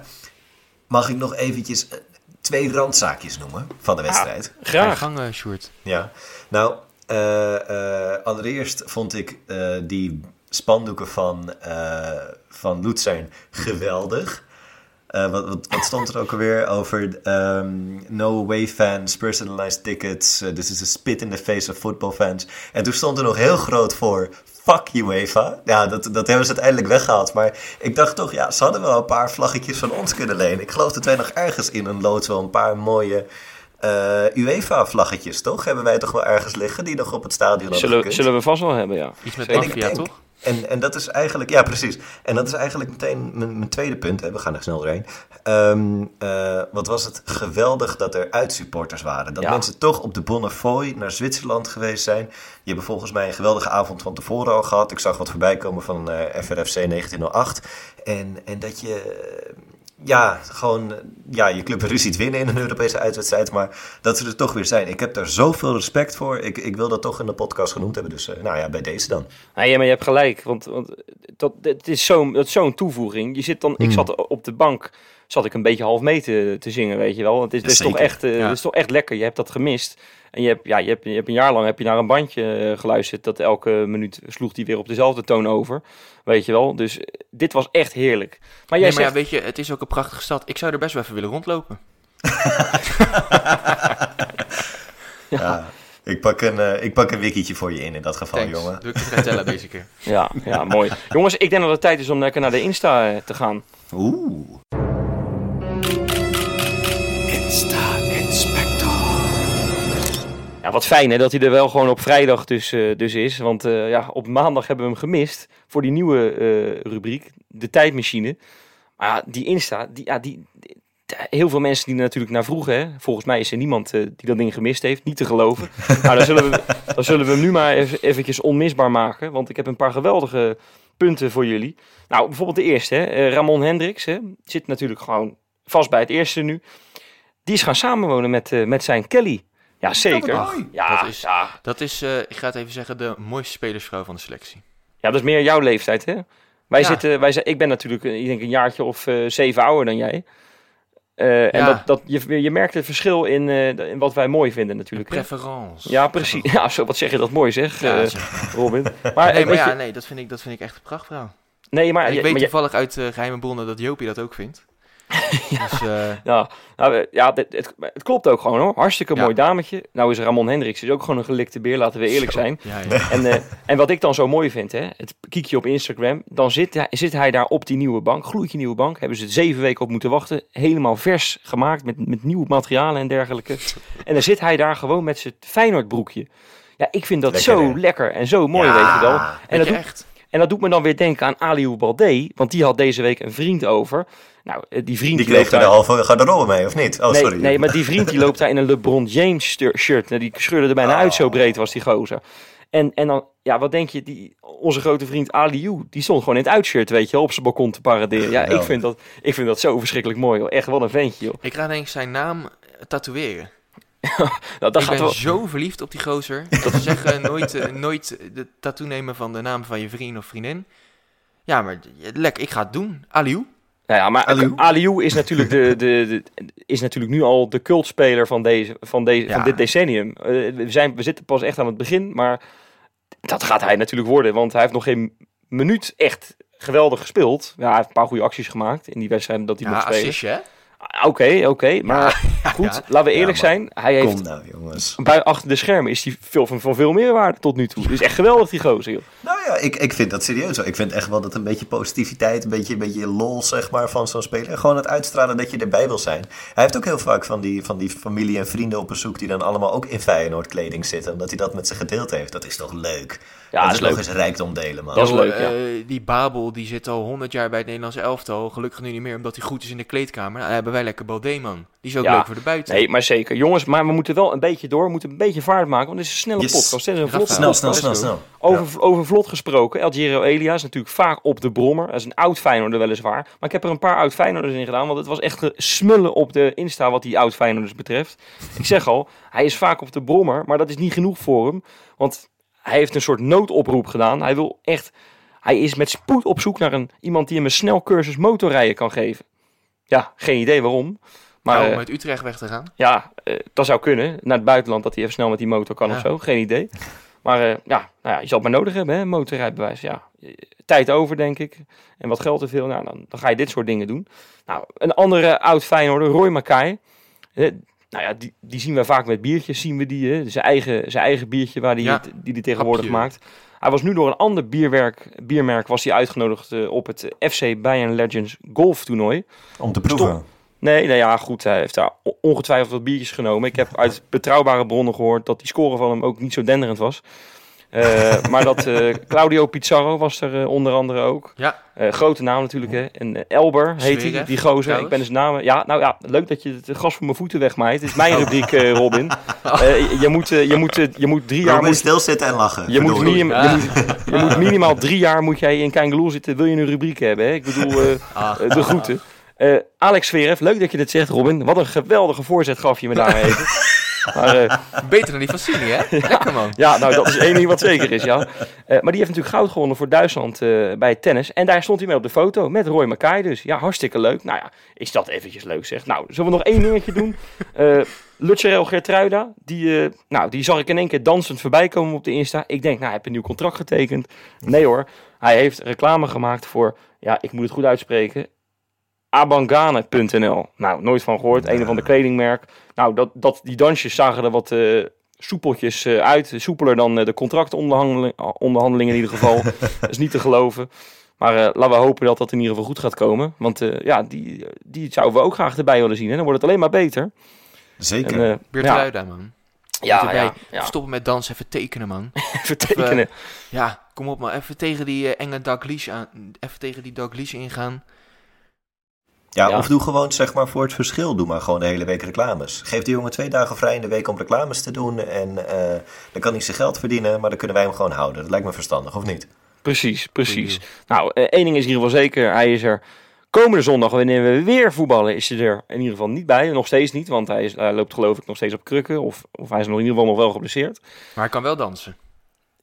mag ik nog eventjes uh, twee randzaakjes noemen van de wedstrijd? Ah, graag. Gang, uh, Sjoerd. Ja, nou, uh, uh, allereerst vond ik uh, die spandoeken van, uh, van Luzern geweldig. Uh, wat, wat, wat stond er ook alweer over? Um, no away fans, personalized tickets. Uh, this is a spit in the face of football fans. En toen stond er nog heel groot voor, fuck UEFA. Ja, dat, dat hebben ze uiteindelijk weggehaald. Maar ik dacht toch, ja, ze hadden wel een paar vlaggetjes van ons kunnen lenen. Ik geloof dat wij nog ergens in een loods wel een paar mooie uh, UEFA-vlaggetjes, toch? Hebben wij toch wel ergens liggen die nog op het stadion hadden zullen, gekund? zullen we vast wel hebben, ja. Iets met maffia, toch? En, en dat is eigenlijk, ja precies. En dat is eigenlijk meteen mijn, mijn tweede punt. Hè. We gaan er snel doorheen. Um, uh, wat was het geweldig dat er uitsupporters waren. Dat ja. mensen toch op de Bonnefoy naar Zwitserland geweest zijn. Die hebben volgens mij een geweldige avond van tevoren al gehad. Ik zag wat voorbij komen van uh, F R F C negentien nul acht. En, en dat je... Uh, Ja, gewoon ja, je club er ziet winnen in een Europese uitwedstrijd, maar dat ze er toch weer zijn. Ik heb daar zoveel respect voor. Ik, ik wil dat toch in de podcast genoemd hebben, dus uh, nou ja, bij deze dan. Nou ja, maar je hebt gelijk, want, want dat, dat is zo'n dat is zo'n toevoeging. Je zit dan, hmm. Ik zat op de bank, zat ik een beetje half mee te, te zingen, weet je wel. Het is, ja, is toch echt, uh, ja. is toch echt lekker, je hebt dat gemist. En je hebt, ja, je hebt, je hebt een jaar lang heb je naar een bandje uh, geluisterd, dat elke minuut sloeg die weer op dezelfde toon over. Weet je wel, dus uh, dit was echt heerlijk. Maar jij nee, maar zegt... ja, weet je, het is ook een prachtige stad. Ik zou er best wel even willen rondlopen. ja. ja, ik pak een, uh, ik pak een wikietje voor je in, in dat geval, Thanks. jongen. Doe ik het vertellen deze keer. Ja, ja, mooi. Jongens, ik denk dat het tijd is om lekker naar de Insta uh, te gaan. Oeh. Ja, wat fijn hè, dat hij er wel gewoon op vrijdag dus, uh, dus is. Want uh, ja, op maandag hebben we hem gemist voor die nieuwe uh, rubriek, de tijdmachine. Maar ja, die Insta, die, ja, die, die, heel veel mensen die er natuurlijk naar vroegen. Hè. Volgens mij is er niemand uh, die dat ding gemist heeft, niet te geloven. Nou, dan zullen we, dan zullen we hem nu maar even, eventjes onmisbaar maken. Want ik heb een paar geweldige punten voor jullie. Nou, bijvoorbeeld de eerste. Hè. Uh, Ramon Hendricks hè, zit natuurlijk gewoon vast bij het eerste nu. Die is gaan samenwonen met, uh, met zijn Kelly. Ja, zeker. Ja, ja, dat is, ja. Dat is uh, ik ga het even zeggen, de mooiste spelersvrouw van de selectie. Ja, dat is meer jouw leeftijd, hè? Wij Ja. zitten, wij zijn, ik ben natuurlijk, eh, ik denk een jaartje of uh, zeven ouder dan jij. Uh, en Ja. dat, dat, je, je merkt het verschil in, uh, in wat wij mooi vinden natuurlijk. Hè? Preference. Ja, precies. Ja, zo, wat zeg je dat mooi zeg, Ja, uh, Robin. Maar, nee, maar weet ja, je, nee, dat vind ik, dat vind ik echt een prachtverhaal. nee, maar, En ik je, weet maar je, toevallig uit uh, geheime bronnen dat Jopie dat ook vindt. ja. Dus, uh, ja, nou, ja het, het, het klopt ook gewoon hoor. Hartstikke Ja. mooi dametje. Nou is Ramon Hendricks is ook gewoon een gelikte beer, laten we eerlijk Zo. zijn. Ja, ja. En, uh, en wat ik dan zo mooi vind, hè, het kiekje op Instagram, dan zit hij, zit hij daar op die nieuwe bank, gloedje nieuwe bank. Hebben ze zeven weken op moeten wachten. Helemaal vers gemaakt met, met nieuwe materialen en dergelijke. En dan zit hij daar gewoon met zijn Feyenoord broekje. Ja, ik vind dat Lekker, zo hè? lekker en zo mooi, Ja. weet je wel. En Weet dat, je doet, echt? en dat doet me dan weer denken aan Aliou Baldé, want die had deze week een vriend over. Nou, eh, die vriend Die loopt kreeg er de daar- halve garderobe mee, of niet? Oh, nee, sorry. nee, maar die vriend die loopt daar in een LeBron James stu- shirt. Nou, die scheurde er bijna Oh. uit, zo breed was die gozer. En, en dan, ja, wat denk je, die, onze grote vriend Aliou, die stond gewoon in het uitshirt, weet je, op zijn balkon te paraderen. Ja, ik Geweldig. vind, dat, ik vind dat zo verschrikkelijk mooi, joh. Echt, wat een ventje, joh. Ik ga denk ik zijn naam uh, tatoeëren. Nou, dat ik gaat ben wel... zo verliefd op die gozer. Dat ze zeggen nooit, uh, nooit de tattoo nemen van de naam van je vriend of vriendin. Ja, maar uh, lekker, ik ga het doen. Aliou. Nou ja, maar Aliou? Aliou is natuurlijk, de, de, de, is natuurlijk nu al de cultspeler van, deze, van, deze, Ja. van dit decennium. Uh, we, zijn, we zitten pas echt aan het begin, maar dat gaat hij natuurlijk worden. Want hij heeft nog geen minuut echt geweldig gespeeld. Ja, hij heeft een paar goede acties gemaakt in die wedstrijden dat hij Ja, mocht spelen. assistje, hè? Ah, Oké, oké, maar goed, ja. laten we eerlijk Ja, man. zijn. Hij heeft, Kom nou, jongens. bij, achter de schermen is hij veel, van, van veel meer waarde tot nu toe. Het is echt geweldig, die gozer, joh. Nou ja, ik, ik vind dat serieus zo. Ik vind echt wel dat een beetje positiviteit, een beetje, een beetje lol, zeg maar, van zo'n speler. Gewoon het uitstralen dat je erbij wil zijn. Hij heeft ook heel vaak van die, van die familie en vrienden op bezoek die dan allemaal ook in Feyenoord kleding zitten. Omdat hij dat met ze gedeeld heeft. Dat is toch leuk? Ja, dat dat is is nog leuk. eens rijkdom delen, man. Dat is Oh, leuk, ja. eh, die Babel, die zit al honderd jaar bij het Nederlandse elftal. Gelukkig nu niet meer, omdat hij goed is in de kleedkamer. Nou, dan hebben wij lekker Baldé, man. Die is ook Ja. leuk voor de buiten. Nee, maar zeker. Jongens, maar we moeten wel een beetje door. We moeten een beetje vaart maken, want het is een snelle Yes. podcast. Het is een Ga vlotte snel, Snel, podcast. snel, snel, snel. Over, over vlot gesproken, El Giro Elia is natuurlijk vaak op de brommer. Dat is een oud Feyenoorder weliswaar. Maar ik heb er een paar oud Feyenoorders in gedaan, want het was echt smullen op de Insta wat die oud Feyenoorders betreft. Ik zeg al, hij is vaak op de brommer, maar dat is niet genoeg voor hem. Want hij heeft een soort noodoproep gedaan. Hij wil echt, hij is met spoed op zoek naar een, iemand die hem een snel cursus motorrijden kan geven. Ja, geen idee waarom. Maar Nou, om eh, uit Utrecht weg te gaan. ja, eh, dat zou kunnen. Naar het buitenland, dat hij even snel met die motor kan Ja. of zo. Geen idee. Maar eh, ja, nou ja, je zal het maar nodig hebben, hè, motorrijbewijs. Ja, Eh, tijd over, denk ik. En wat geld te veel. Nou, dan, dan ga je dit soort dingen doen. Nou, een andere oud Feyenoorder, Roy Mackay. Eh, nou ja, die, die zien we vaak met biertjes, zien we die. Hè? Zijn eigen, zijn eigen biertje waar die, Ja, het- die, die tegenwoordig hapje. maakt. Hij was nu door een ander bierwerk, biermerk was hij uitgenodigd eh, op het F C Bayern Legends golftoernooi. Om te proeven. Nee, nou ja, goed. Hij heeft daar o- ongetwijfeld wat biertjes genomen. Ik heb uit betrouwbare bronnen gehoord dat die score van hem ook niet zo denderend was. Eh, maar dat eh, Claudio Pizarro was er eh, onder andere ook. Ja, Eh, grote naam natuurlijk, hè. En eh, Elber heet hij, Zverev, die gozer. trouwens. Ik ben zijn naam. Ja, nou ja, leuk dat je het gas voor mijn voeten wegmaait. Het is mijn rubriek, eh, Robin. Eh, je, moet, eh, je, moet, eh, je moet drie jaar... Robin, Moet, stilzitten en lachen. je, moet Verdorie. minim, je, moet, je moet minimaal drie jaar moet jij in Keingeloel zitten. Wil je een rubriek hebben, hè? Ik bedoel, eh, ah, eh, de groeten. Eh, Alex Zverev, leuk dat je dit zegt, Robin. Wat een geweldige voorzet gaf je me daar even. Maar, eh, beter dan die van Cini, hè? Lekker, man. ja, nou, dat is één ding wat zeker is, ja. Eh, maar die heeft natuurlijk goud gewonnen voor Duitsland eh, bij het tennis. En daar stond hij mee op de foto, met Roy Mackay dus. Ja, hartstikke leuk. Nou ja, is dat eventjes leuk, zeg. Nou, zullen we nog één dingetje doen? Uh, Lutserel Geertruida, die, uh, nou, die zag ik in één keer dansend voorbij komen op de Insta. Ik denk, nou, hij heeft een nieuw contract getekend. Nee hoor, hij heeft reclame gemaakt voor, ja, ik moet het goed uitspreken... Abangane punt n l. Nou, nooit van gehoord. Een of ander kledingmerk. Nou, dat, dat, die dansjes zagen er wat uh, soepeltjes uh, uit. Soepeler dan uh, de contractonderhandelingen in ieder geval. Dat is niet te geloven. Maar uh, laten we hopen dat dat in ieder geval goed gaat komen. Want uh, ja, die, die zouden we ook graag erbij willen zien. Hè? Dan wordt het alleen maar beter. Zeker. En, uh, Beertruida, ja. man. Ja, Erbij. ja, ja. Stoppen met dansen, even tekenen, man. Even tekenen. Even, ja, kom op, man. Even tegen die uh, enge Dalglish aan. Even tegen die Dalglish ingaan. Ja, Ja. of doe gewoon, zeg maar, voor het verschil, doe maar gewoon de hele week reclames. Geef die jongen twee dagen vrij in de week om reclames te doen. En uh, dan kan hij zijn geld verdienen, maar dan kunnen wij hem gewoon houden. Dat lijkt me verstandig, of niet? Precies, precies. Nou, uh, één ding is in ieder geval zeker. Hij is er komende zondag, wanneer we weer voetballen, is hij er in ieder geval niet bij. Nog steeds niet, want hij, is, hij loopt geloof ik nog steeds op krukken. Of, of hij is nog in ieder geval nog wel geblesseerd. Maar hij kan wel dansen.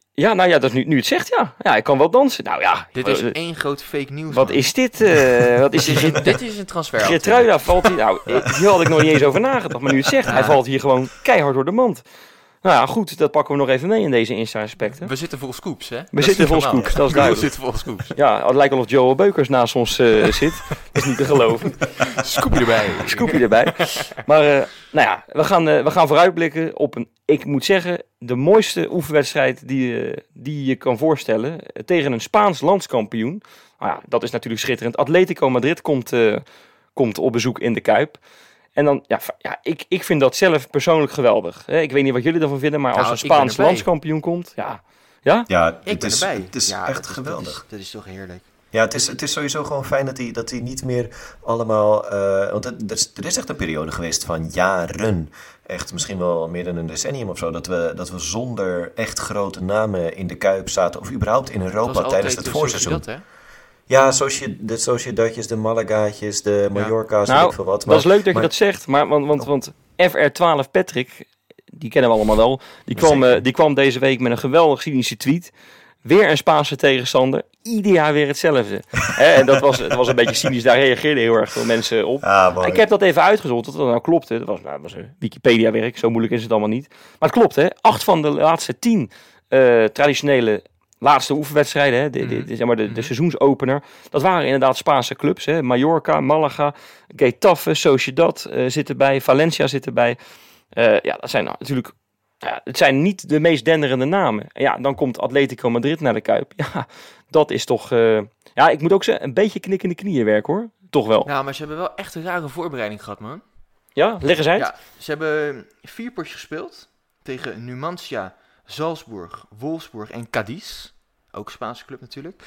Ja, nou ja, dat is nu, nu het zegt, ja. Ja, ik kan wel dansen. Nou ja. Dit is uh, één groot fake news. Wat man. is dit? Uh, wat is dit, is dit? een, dit is een transfer. Geertruida valt hier... Nou, hier had ik nog niet eens over nagedacht. Maar nu het zegt, ja. Hij valt hier gewoon keihard door de mand. Nou ja, goed, dat pakken we nog even mee in deze Insta-aspecten. We zitten vol scoops, hè? We dat zitten vol scoops, dat is duidelijk. We zitten vol scoops. Ja, het lijkt wel of Joel Beukers naast ons uh, zit. Dat is niet te geloven. Scoopje erbij. Scoopje erbij. Maar uh, nou ja, we gaan, uh, we gaan vooruitblikken op een, ik moet zeggen, de mooiste oefenwedstrijd die, uh, die je kan voorstellen. Uh, tegen een Spaans landskampioen. Nou ja, dat is natuurlijk schitterend. Atletico Madrid komt, uh, komt op bezoek in de Kuip. En dan, ja, ja ik, ik vind dat zelf persoonlijk geweldig. Ik weet niet wat jullie ervan vinden, maar als nou, een Spaans landskampioen komt, ja. Ja, ja ik het ben is, erbij. Het is ja, echt dat is, geweldig. Dat is, dat is toch heerlijk. Ja, het is, het is sowieso gewoon fijn dat hij, dat hij niet meer allemaal... Uh, want het, er, is, er is echt een periode geweest van jaren, echt misschien wel meer dan een decennium of zo, dat we, dat we zonder echt grote namen in de Kuip zaten, of überhaupt in Europa tijdens het voorseizoen. Dat, hè? Ja, de Sociedadjes, de Malagaatjes, de Mallorca's, nou, weet ik veel wat. Maar, dat is leuk dat maar, je dat zegt, maar want, want, want F R twaalf Patrick, die kennen we allemaal wel, die kwam, uh, die kwam deze week met een geweldig cynische tweet. Weer een Spaanse tegenstander, ieder jaar weer hetzelfde. He, en dat was, dat was een beetje cynisch, daar reageerden heel erg veel mensen op. Ah, ik heb dat even uitgezocht, dat dat nou klopte. Dat was, nou, dat was een Wikipedia-werk, zo moeilijk is het allemaal niet. Maar het klopt, hè. Acht van de laatste tien uh, traditionele laatste oefenwedstrijden, hè, de, de, de, zeg maar de, de seizoensopener, dat waren inderdaad Spaanse clubs. Hè. Mallorca, Malaga, Getafe, Sociedad uh, zitten bij, Valencia zitten bij. Uh, ja, dat zijn nou, natuurlijk... Ja, het zijn niet de meest denderende namen. En ja, dan komt Atletico Madrid naar de Kuip. Ja, dat is toch... Uh, ja, ik moet ook zeggen, een beetje knik in de knieën werk, hoor. Toch wel. Nou, maar ze hebben wel echt een rare voorbereiding gehad, man. Ja, leg eens uit. Ja, ze hebben vier potjes gespeeld. Tegen Numancia, Salzburg, Wolfsburg en Cadiz. Ook een Spaanse club natuurlijk.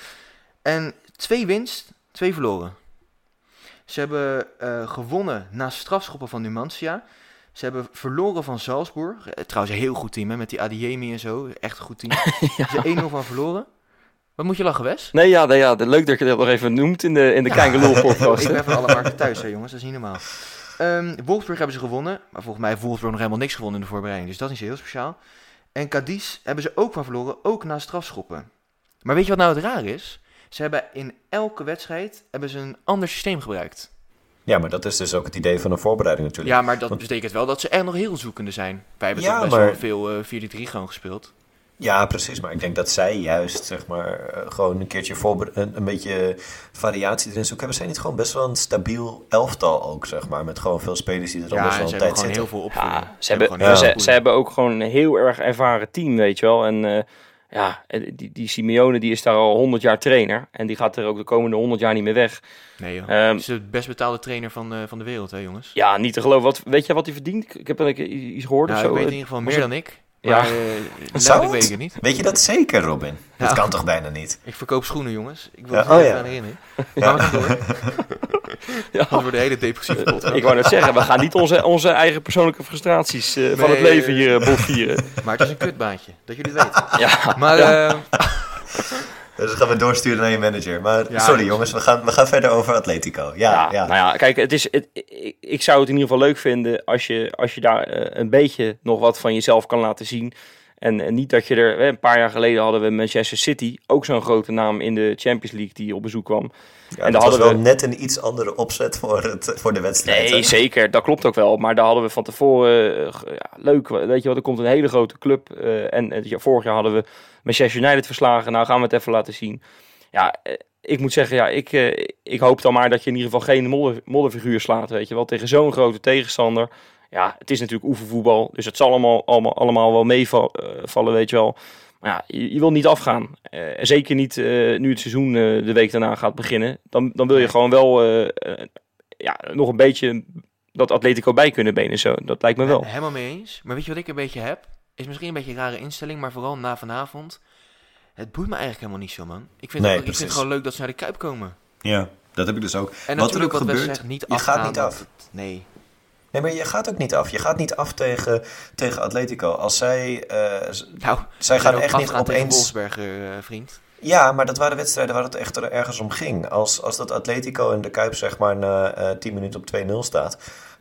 En twee winst, twee verloren. Ze hebben uh, gewonnen na strafschoppen van Numancia. Ze hebben verloren van Salzburg. Eh, trouwens, een heel goed team, hè, met die Adiemi en zo. Echt een goed team. ja. Ze één nul van verloren. Wat moet je lachen, Wes? Nee, ja, nee, ja, leuk dat je dat nog even noemt in de, in de ja. Kijken-lul-podcast. Ik ben van alle markten thuis, hè, jongens. Dat is niet normaal. Um, Wolfsburg hebben ze gewonnen. Maar volgens mij heeft Wolfsburg nog helemaal niks gewonnen in de voorbereiding. Dus dat is niet zo heel speciaal. En Cadiz hebben ze ook van verloren. Ook na strafschoppen. Maar weet je wat nou het raar is? Ze hebben in elke wedstrijd hebben ze een ander systeem gebruikt. Ja, maar dat is dus ook het idee van een voorbereiding natuurlijk. Ja, maar dat Want... betekent wel dat ze echt nog heel zoekende zijn. Wij hebben ja, toch best maar... wel veel uh, vier drie gewoon gespeeld. Ja, precies. Maar ik denk dat zij juist, zeg maar, uh, gewoon een keertje voorbe- een, een beetje variatie erin zoeken. Hebben zij niet gewoon best wel een stabiel elftal ook, zeg maar, met gewoon veel spelers die er al ja, best wel een tijd zitten. Ja, ze hebben gewoon heel veel opvoeding. Ja, ze, hebben, hebben, ja. ze, ze hebben ook gewoon een heel erg ervaren team, weet je wel. En uh, ja, die, die Simeone die is daar al honderd jaar trainer. En die gaat er ook de komende honderd jaar niet meer weg. Nee joh, hij um, is de best betaalde trainer van, uh, van de wereld, hè jongens. Ja, niet te geloven. Wat, weet je wat hij verdient? Ik heb er iets gehoord nou, of zo. Ik weet in ieder geval meer het... dan ik. Maar, ja, uh, weet ik het niet. Weet je dat zeker, Robin? Dat ja. kan toch bijna niet? Ik verkoop schoenen, jongens. Ik wil ja. het oh, even ja. aan herinneren. Ja. Maar we gaan door. Ja. Dat wordt een hele depressieve podcast. Ik wou net zeggen, we gaan niet onze, onze eigen persoonlijke frustraties uh, nee, van het leven hier uh, botvieren. Maar het is een kutbaantje, dat jullie het weten. Ja. Maar... Ja. Uh, Dus dat gaan we doorsturen naar je manager. Maar ja, sorry jongens, we gaan, we gaan verder over Atletico. Ja, ja, ja. Nou ja, kijk, het is, het, ik, ik zou het in ieder geval leuk vinden als je, als je daar uh, een beetje nog wat van jezelf kan laten zien. En, en niet dat je er, een paar jaar geleden hadden we Manchester City, ook zo'n grote naam in de Champions League die op bezoek kwam. Ja, en dat was wel we... net een iets andere opzet voor, het, voor de wedstrijd. Nee, hè? Zeker, dat klopt ook wel. Maar daar hadden we van tevoren, uh, ja, leuk, weet je wat, er komt een hele grote club. Uh, en uh, vorig jaar hadden we Manchester United verslagen. Nou gaan we het even laten zien. Ja, uh, ik moet zeggen, ja, ik, uh, ik hoop dan maar dat je in ieder geval geen modder, modderfiguur slaat, weet je wel. Tegen zo'n grote tegenstander. Ja, het is natuurlijk oefenvoetbal, dus het zal allemaal, allemaal, allemaal wel meevallen, weet je wel. Maar ja, je, je wil niet afgaan. Uh, zeker niet uh, nu het seizoen uh, de week daarna gaat beginnen. Dan, dan wil je gewoon wel uh, uh, ja, nog een beetje dat Atletico bij kunnen benen. Zo. Dat lijkt me wel. Ja, helemaal mee eens. Maar weet je wat ik een beetje heb? Is misschien een beetje een rare instelling, maar vooral na vanavond. Het boeit me eigenlijk helemaal niet zo, man. Ik vind, nee, het, ik vind het gewoon leuk dat ze naar de Kuip komen. Ja, dat heb ik dus ook. En wat er ook wat gebeurt, zegt, niet je gaat niet af. Het, nee. Nee, maar je gaat ook niet af. Je gaat niet af tegen, tegen Atletico. Als zij... Uh, nou, zij gaan echt niet opeens... Wolfsberger, uh, vriend. Ja, maar dat waren wedstrijden waar het echt er ergens om ging. Als, als dat Atletico in de Kuip zeg maar na uh, tien minuten op twee nul staat...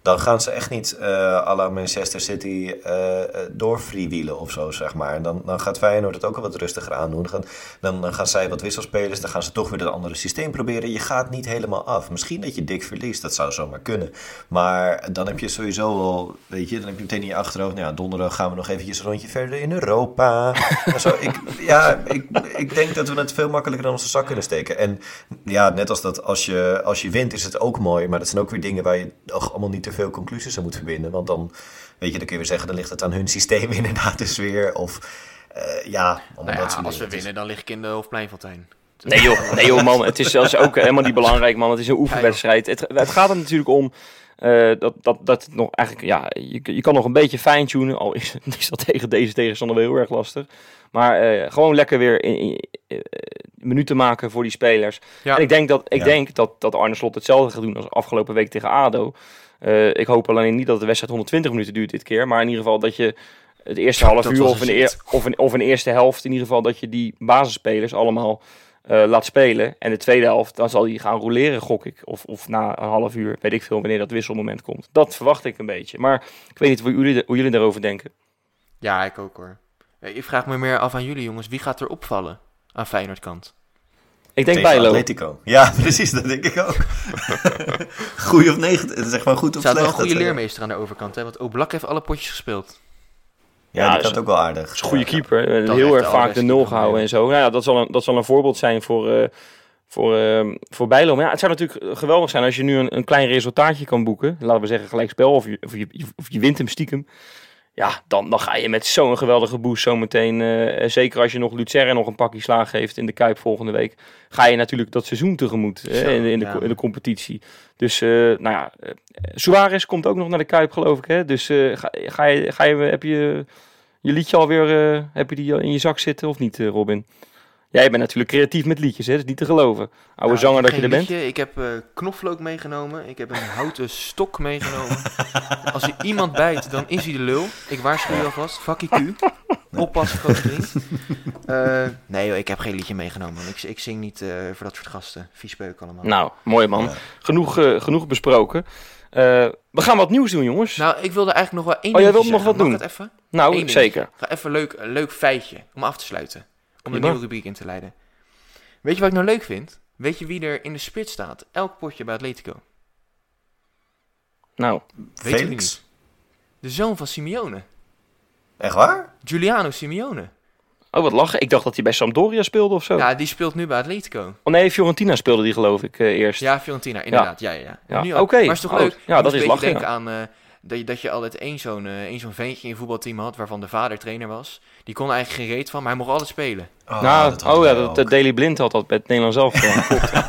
dan gaan ze echt niet uh, à la Manchester City uh, door freewheelen of zo, zeg maar. En dan, dan gaat Feyenoord het ook al wat rustiger aandoen. Dan gaan, dan, dan gaan zij wat wisselspelers, dan gaan ze toch weer het andere systeem proberen. Je gaat niet helemaal af. Misschien dat je dik verliest, dat zou zomaar kunnen. Maar dan heb je sowieso wel, weet je, dan heb je meteen in je achterhoofd, nou ja, donderdag gaan we nog eventjes een rondje verder in Europa. Zo, ik, ja, ik, ik denk dat we het veel makkelijker in onze zak kunnen steken. En ja, net als dat, als je, als je wint is het ook mooi, maar dat zijn ook weer dingen waar je toch allemaal niet te veel conclusies aan moet verbinden. Want dan, weet je, dan kun je weer zeggen, dan ligt het aan hun systeem inderdaad dus weer. Of uh, ja, nou ja, als we winnen, dan lig ik in de Hofpleinfontein. Nee joh, nee joh man, het is zelfs ook helemaal niet belangrijk man, het is een oefenwedstrijd. Het, het gaat er natuurlijk om uh, dat, dat, dat het nog eigenlijk, ja, je, je kan nog een beetje fine-tunen, al is, is dat tegen deze tegenstander wel heel erg lastig. Maar uh, gewoon lekker weer in, in, in, minuten maken voor die spelers. Ja. En ik denk, dat, ik ja. denk dat, dat Arne Slot hetzelfde gaat doen als afgelopen week tegen A D O. Uh, ik hoop alleen niet dat de wedstrijd honderdtwintig minuten duurt dit keer, maar in ieder geval dat je het eerste half uur of een, eer, of, een, of een eerste helft, in ieder geval dat je die basisspelers allemaal Uh, laat spelen. En de tweede helft, dan zal hij gaan roleren, gok ik. Of, of na een half uur, weet ik veel, wanneer dat wisselmoment komt. Dat verwacht ik een beetje. Maar ik weet niet hoe jullie, hoe jullie daarover denken. Ja, ik ook hoor. Ik vraag me meer af aan jullie jongens. Wie gaat er opvallen aan Feyenoord kant? Ik denk Bijlo. Atletico. Ja, precies, dat denk ik ook. Goeie of negen, het is echt maar goed of slecht. Er staat wel een goede leermeester aan de overkant, hè? Want Oblak heeft alle potjes gespeeld. Ja, ja, die kan ook wel aardig. Dat is een goede keeper. Ja. Heel erg vaak de nul gehouden en zo. Nou ja, dat zal een, dat zal een voorbeeld zijn voor, uh, voor, uh, voor Bijlo. Maar ja, het zou natuurlijk geweldig zijn als je nu een, een klein resultaatje kan boeken. Laten we zeggen gelijk spel of je, of je, of je wint hem stiekem. Ja, dan, dan ga je met zo'n geweldige boost zometeen. Uh, zeker als je nog Luzern nog een pakje slaag geeft in de Kuip volgende week. Ga je natuurlijk dat seizoen tegemoet uh, in, in, de, ja. in de competitie. Dus, uh, nou ja, uh, Suarez komt ook nog naar de Kuip geloof ik. Hè? Dus uh, ga, ga, je, ga je, heb je je liedje alweer, uh, heb je die in je zak zitten of niet, uh, Robin? Jij bent natuurlijk creatief met liedjes, hè? Dat is niet te geloven. Oude nou, zanger dat je er bent. Liedje. Ik heb uh, knoflook meegenomen. Ik heb een houten stok meegenomen. Als er iemand bijt, dan is hij de lul. Ik waarschuw je alvast. Fuck Q. Oppassen, grote vriend. Uh, nee joh, ik heb geen liedje meegenomen. Ik, ik zing niet uh, voor dat soort gasten. Viespeuk allemaal. Nou, mooi man. Ja. Genoeg, uh, genoeg besproken. Uh, we gaan wat nieuws doen, jongens. Nou, ik wilde eigenlijk nog wel één Oh, jij wilt zeggen. nog wat Mag doen? Het even? Nou, Eén zeker. Ding. Ga even leuk, een leuk feitje om af te sluiten. Om ja, een nieuwe rubriek in te leiden. Weet je wat ik nou leuk vind? Weet je wie er in de spits staat? Elk potje bij Atletico. Nou, weet je niet? De zoon van Simeone. Echt waar? Giuliano Simeone. Oh, wat lachen. Ik dacht dat hij bij Sampdoria speelde of zo. Ja, die speelt nu bij Atletico. Oh nee, Fiorentina speelde die geloof ik uh, eerst. Ja, Fiorentina, inderdaad. Ja, ja, ja. ja. ja. Oké. Okay. Maar is toch oh, leuk? Ja, je dat is lachen. denken ja. aan uh, dat, je, dat je altijd één zo'n, uh, één zo'n ventje in je voetbalteam had, waarvan de vader trainer was. Die kon eigenlijk geen reet van, maar hij mocht altijd spelen. Oh, nou, dat oh ja, dat, dat Daley Blind had dat bij het Nederlands zelf. ja,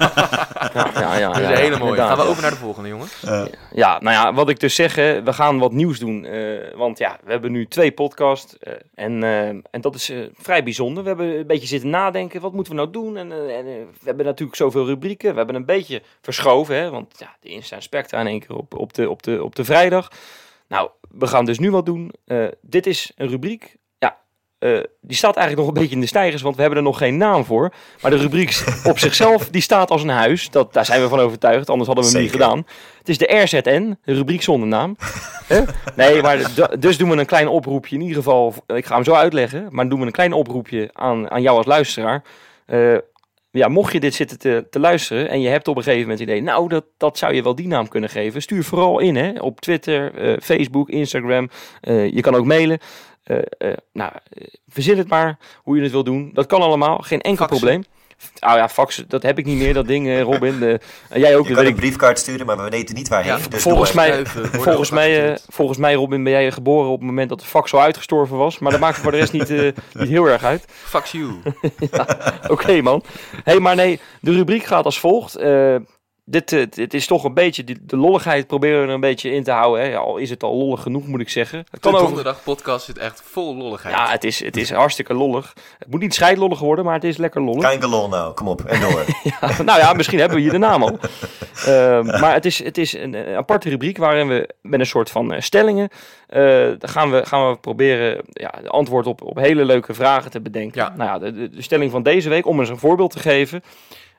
ja, ja, dat is ja, een hele mooie. Inderdaad. Gaan we over naar de volgende, jongens? Uh. Ja, nou ja, wat ik dus zeg, hè, we gaan wat nieuws doen. Uh, want ja, we hebben nu twee podcasts. Uh, en, uh, en dat is uh, vrij bijzonder. We hebben een beetje zitten nadenken. Wat moeten we nou doen? En, uh, en uh, we hebben natuurlijk zoveel rubrieken. We hebben een beetje verschoven. Hè, want ja, de Insta en Spectra in één keer op, op, de, op, de, op de vrijdag. Nou, we gaan dus nu wat doen. Uh, dit is een rubriek. Uh, die staat eigenlijk nog een beetje in de stijgers, want we hebben er nog geen naam voor. Maar de rubriek op zichzelf, die staat als een huis. Dat, daar zijn we van overtuigd, anders hadden we hem Zeker. niet gedaan. Het is de R Z N, de rubriek zonder naam. Huh? Nee, maar d- dus doen we een klein oproepje. In ieder geval, ik ga hem zo uitleggen. Maar doen we een klein oproepje aan, aan jou als luisteraar. Uh, ja, mocht je dit zitten te, te luisteren en je hebt op een gegeven moment het idee, nou, dat, dat zou je wel die naam kunnen geven. Stuur vooral in, hè, op Twitter, uh, Facebook, Instagram. Uh, je kan ook mailen. Uh, uh, nou, uh, verzin het maar hoe je het wil doen. Dat kan allemaal, geen enkel Faxen. probleem. Nou ja, faxen, dat heb ik niet meer, dat ding, uh, Robin. Uh, jij ook. Je kan een briefkaart sturen, maar we weten niet waarheen. Ja, dus volgens, mij, Schuiven, volgens, mij, uh, volgens mij, Robin, ben jij geboren op het moment dat de fax al uitgestorven was. Maar dat maakt voor de rest niet, uh, niet heel erg uit. Fax you. ja, Oké, okay, man. Hey, maar nee, de rubriek gaat als volgt. Uh, Dit, uh, dit is toch een beetje, de, de lolligheid proberen we er een beetje in te houden. Hè? Ja, al is het al lollig genoeg, moet ik zeggen. Het De kan over... donderdag podcast zit echt vol lolligheid. Ja, het is, het is hartstikke lollig. Het moet niet scheidlollig worden, maar het is lekker lollig. Kein gelol nou, kom op, en door. ja, nou ja, misschien hebben we hier de naam al. Uh, maar het is, het is een, een aparte rubriek waarin we met een soort van uh, stellingen... Uh, dan gaan we, gaan we proberen ja, de antwoord op, op hele leuke vragen te bedenken. Ja. Nou ja, de, de stelling van deze week, om eens een voorbeeld te geven...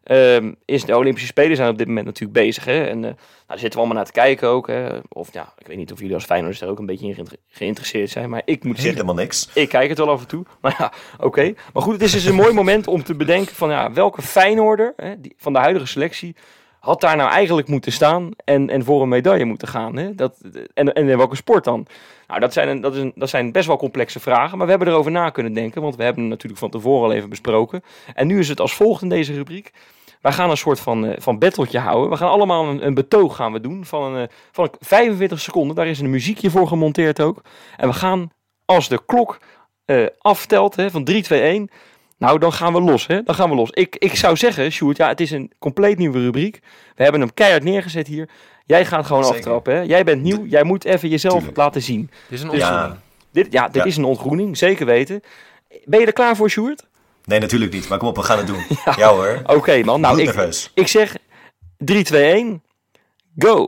Um, is de Olympische Spelen zijn op dit moment natuurlijk bezig. Hè? En uh, nou, daar zitten we allemaal naar te kijken ook. Hè? Of ja, ik weet niet of jullie als Feyenoorders er ook een beetje in geïnteresseerd zijn. Maar ik moet zeggen... Helemaal niks. Ik kijk het wel af en toe. Maar ja, oké. Okay. Maar goed, het is dus een mooi moment om te bedenken van ja, welke Feyenoorder hè, die, van de huidige selectie had daar nou eigenlijk moeten staan en, en voor een medaille moeten gaan. Hè? Dat, en, en in welke sport dan? Nou, dat zijn, dat, is een, dat zijn best wel complexe vragen, maar we hebben erover na kunnen denken, want we hebben het natuurlijk van tevoren al even besproken. En nu is het als volgt in deze rubriek. Wij gaan een soort van, uh, van battletje houden. We gaan allemaal een, een betoog gaan we doen van, een, uh, van vijfenveertig seconden. Daar is een muziekje voor gemonteerd ook. En we gaan, als de klok uh, aftelt hè, van drie, twee, één... Nou, dan gaan we los, hè? Dan gaan we los. Ik, ik zou zeggen, Sjoerd, ja, het is een compleet nieuwe rubriek. We hebben hem keihard neergezet hier. Jij gaat gewoon Zeker. aftrappen, hè? Jij bent nieuw, jij moet even jezelf Tuurlijk. laten zien. Dit is een Dus, ontgroening. Ja. Dit, ja, dit Ja. is een ontgroening, zeker weten. Ben je er klaar voor, Sjoerd? Nee, natuurlijk niet. Maar kom op, we gaan het doen. Ja, ja hoor. Oké, okay, man. Nou, ik, nerveus. ik zeg drie, twee, één, go!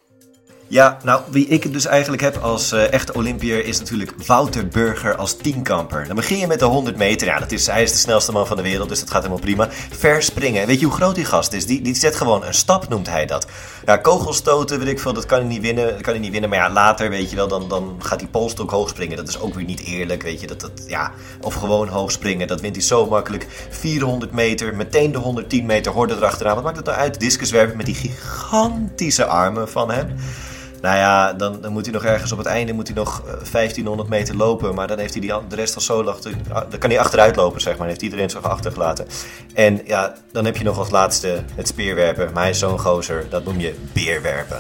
Ja, nou, wie ik dus eigenlijk heb als uh, echte Olympiër is natuurlijk Wouter Burger als tienkamper. Dan begin je met de honderd meter. Ja, dat is, hij is de snelste man van de wereld, dus dat gaat helemaal prima. Verspringen. Weet je hoe groot die gast is? Die, die zet gewoon een stap, noemt hij dat. Ja, kogelstoten, weet ik veel, dat kan hij niet winnen. Dat kan hij niet winnen. Maar ja, later, weet je wel, dan, dan gaat hij polstok hoog springen. Dat is ook weer niet eerlijk, weet je. Dat, dat, ja, of gewoon hoog springen, dat wint hij zo makkelijk. vierhonderd meter, meteen de honderdtien meter horde erachteraan. Wat maakt het nou uit? Discuswerpen met die gigantische armen van hem. Nou ja, dan, dan moet hij nog ergens op het einde moet hij nog uh, vijftienhonderd meter lopen. Maar dan heeft hij die, de rest al zo lang. Dan kan hij achteruit lopen, zeg maar. Dan heeft iedereen zich achtergelaten. En ja, dan heb je nog als laatste het speerwerpen. Maar hij is zo'n gozer, dat noem je beerwerpen.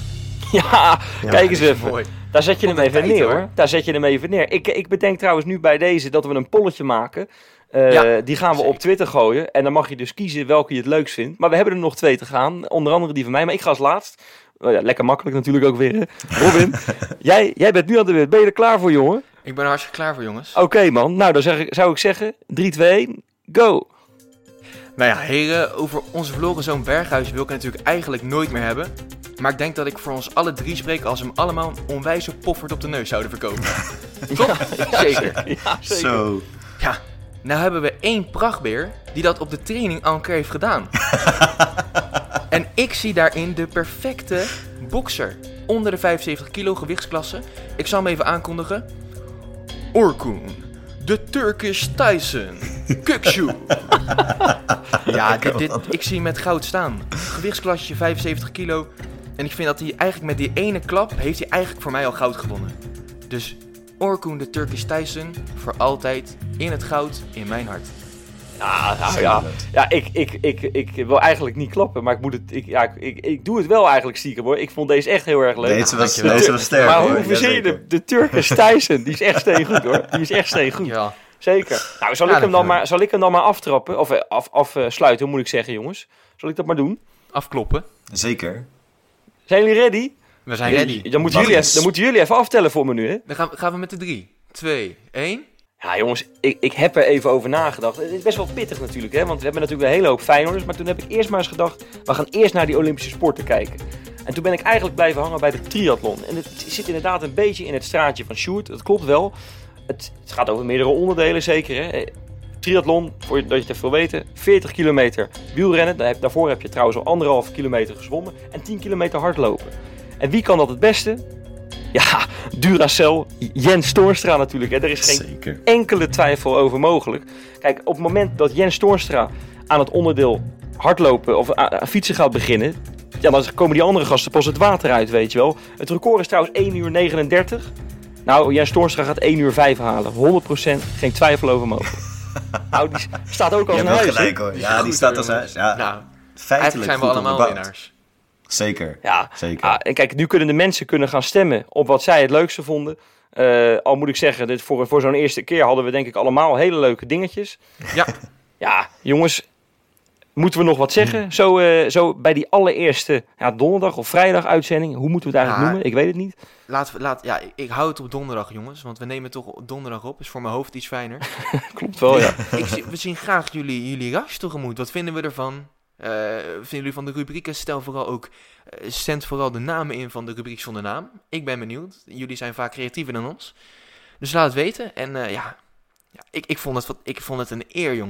Ja, Ja, kijk eens even. Mooi. Daar zet je hem Op de even tijd, neer, hoor. hoor. Daar zet je hem even neer. Ik, ik bedenk trouwens nu bij deze dat we een polletje maken. Uh, Ja, die gaan we zeker. op Twitter gooien. En dan mag je dus kiezen welke je het leukst vindt. Maar we hebben er nog twee te gaan. Onder andere die van mij. Maar ik ga als laatst. Oh ja, lekker makkelijk natuurlijk ook weer. Hè. Robin, jij, jij bent nu aan de beurt. Ben je er klaar voor, jongen? Ik ben er hartstikke klaar voor, jongens. Oké, okay, man. Nou, dan zeg ik, zou ik zeggen drie, twee, één, go! Nou ja, heren, over onze verloren zoon Berghuis wil ik het natuurlijk eigenlijk nooit meer hebben. Maar ik denk dat ik voor ons alle drie spreek als we hem allemaal een onwijze poffert op de neus zouden verkopen. Toch? Zeker. Ja, zeker. Zo. Ja, nou hebben we één prachtbeer die dat op de training al een keer heeft gedaan. En ik zie daarin de perfecte bokser. Onder de vijfenzeventig kilo gewichtsklasse. Ik zal hem even aankondigen. Orkun, de Turkish Tyson, Köksü. Ja, dit, dit, ik zie hem met goud staan. Gewichtsklasse vijfenzeventig kilo. En ik vind dat hij eigenlijk met die ene klap heeft hij eigenlijk voor mij al goud gewonnen. Dus Orkun, de Turkish Tyson, voor altijd in het goud in mijn hart. Ja, nou, ja. ja ik, ik, ik, ik wil eigenlijk niet klappen, maar ik, moet het, ik, ja, ik, ik, ik doe het wel eigenlijk stiekem hoor. Ik vond deze echt heel erg leuk. Deze was, dankjewel. deze was sterk. maar hoor. hoe verzin je Jazeker. de, de Turkish Tyson? Die is echt steengoed hoor. Die is echt steengoed. Ja. Zeker. Nou, zal, Ja, ik hem dan dankjewel. maar, zal ik hem dan maar aftrappen? Of eh, af, afsluiten, moet ik zeggen jongens. Zal ik dat maar doen? Afkloppen. Zeker. Zijn jullie ready? We zijn ready. Dan moeten, Mag jullie eens. even, dan moeten jullie even aftellen voor me nu hè. Dan gaan we, gaan we met de drie, twee, één. Ja jongens, ik, ik heb er even over nagedacht. Het is best wel pittig natuurlijk, hè? Want we hebben natuurlijk een hele hoop Feyenoorders. Maar toen heb ik eerst maar eens gedacht, we gaan eerst naar die Olympische sporten kijken. En toen ben ik eigenlijk blijven hangen bij de triathlon. En het zit inderdaad een beetje in het straatje van Sjoerd. Dat klopt wel. Het, het gaat over meerdere onderdelen zeker, hè? Eh, Triathlon, voor dat je het even wil weten, veertig kilometer wielrennen. Daar heb- Daarvoor heb je trouwens al anderhalf kilometer gezwommen. En tien kilometer hardlopen. En wie kan dat het beste? Ja, Duracell, Jens Toornstra natuurlijk. Hè. Er is geen Zeker. enkele twijfel over mogelijk. Kijk, op het moment dat Jens Toornstra aan het onderdeel hardlopen of aan, aan fietsen gaat beginnen, ja, dan komen die andere gasten pas het water uit, weet je wel. Het record is trouwens één uur negenendertig. Nou, Jens Toornstra gaat één uur vijf halen. honderd procent, geen twijfel over mogelijk. Nou, die staat ook Je als een hebt wel huis, hè? gelijk hoor. Ja, die Goed, staat hoor, als huis. Ja, Nou, feitelijk eigenlijk zijn we goed allemaal onderbouwd. winnaars. Zeker. Ja, Zeker. ja, en kijk, nu kunnen de mensen kunnen gaan stemmen op wat zij het leukste vonden. Eh, al moet ik zeggen, dit voor, voor zo'n eerste keer hadden we denk ik allemaal hele leuke dingetjes. Ja, Ja, jongens, moeten we nog wat zeggen? Zo, eh, zo bij die allereerste ja, donderdag of vrijdag uitzending, hoe moeten we het eigenlijk Ja. noemen? Ik weet het niet. laten we, laat, ja, ik, ik hou het op donderdag, jongens. Want we nemen het toch op donderdag op. Is voor mijn hoofd iets fijner. Klopt wel, ja. ik, zie- we zien graag jullie, jullie reacties tegemoet. Wat vinden we ervan? Eh, vinden jullie van de rubrieken? Stel vooral ook, eh, zend vooral de namen in van de rubriek zonder naam. Ik ben benieuwd. Jullie zijn vaak creatiever dan ons. Dus laat het weten. En eh, ja, ja ik, ik, vond het, wat- ik vond het een eer, jongens.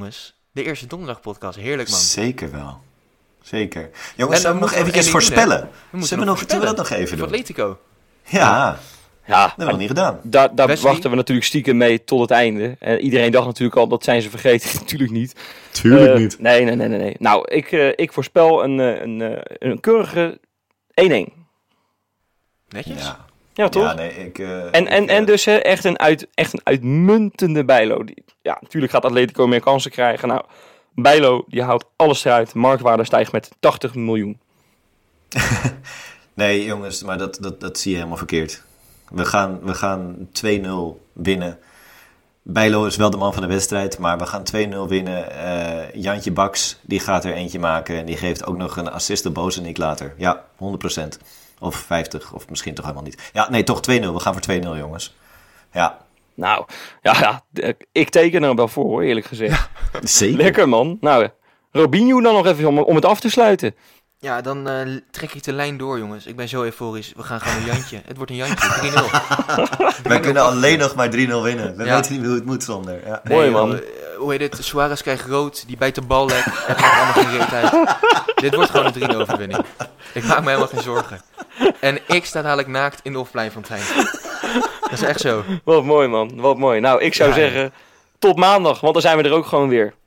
De eerste donderdag podcast. Heerlijk, man. Zeker wel. Zeker. Jongens, zullen we nog moeten we eventjes één ding doen, voorspellen? We Zullen we nog, zullen we dat nog even Voor doen? Atletico. Ja, Ja, dat hebben we nog niet gedaan. daar, daar Wesley? wachten we natuurlijk stiekem mee tot het einde. En iedereen dacht natuurlijk al, dat zijn ze vergeten. Natuurlijk niet. Tuurlijk Eh, niet. Nee, nee, nee, nee. nee. Nou, ik, uh, ik voorspel een, uh, een, uh, een keurige één-één. Netjes? Ja, Ja, toch? ja nee, ik... Uh, En, en, ik, en uh, dus hè, echt, een uit, echt een uitmuntende Bijlo. Die, ja, natuurlijk gaat Atletico meer kansen krijgen. Nou, Bijlo, die houdt alles eruit. Marktwaarde stijgt met tachtig miljoen. Nee, jongens, maar dat, dat, dat zie je helemaal verkeerd. We gaan, we gaan twee nul winnen. Bijlo is wel de man van de wedstrijd, maar we gaan twee nul winnen. Uh, Jantje Baks, die gaat er eentje maken. En die geeft ook nog een assist op Bozenik later. Ja, honderd procent. Of vijftig, of misschien toch helemaal niet. Ja, nee, toch twee nul. We gaan voor twee nul, jongens. Ja. Nou, ja, ja, ik teken er wel voor, hoor, eerlijk gezegd. Zeker. Lekker, man. Nou, Robinho dan nog even om, om het af te sluiten. Ja, dan uh, trek ik de lijn door, jongens. Ik ben zo euforisch. We gaan gewoon een Jantje. Het wordt een Jantje. drie nul. Wij kunnen alleen nog maar drie nul winnen. We Ja. weten niet hoe het moet zonder. Ja. Nee, Mooi, man. joh, uh, hoe heet het? Suarez krijgt rood. Die bijt de bal lek. Het maakt allemaal geen reet uit. Dit wordt gewoon een drie nul overwinning. Ik maak me helemaal geen zorgen. En ik sta dadelijk naakt in de Hofpleinfontein. Dat is echt zo. Wat mooi, man. Wat mooi. Nou, ik zou Ja, zeggen, tot maandag, want dan zijn we er ook gewoon weer.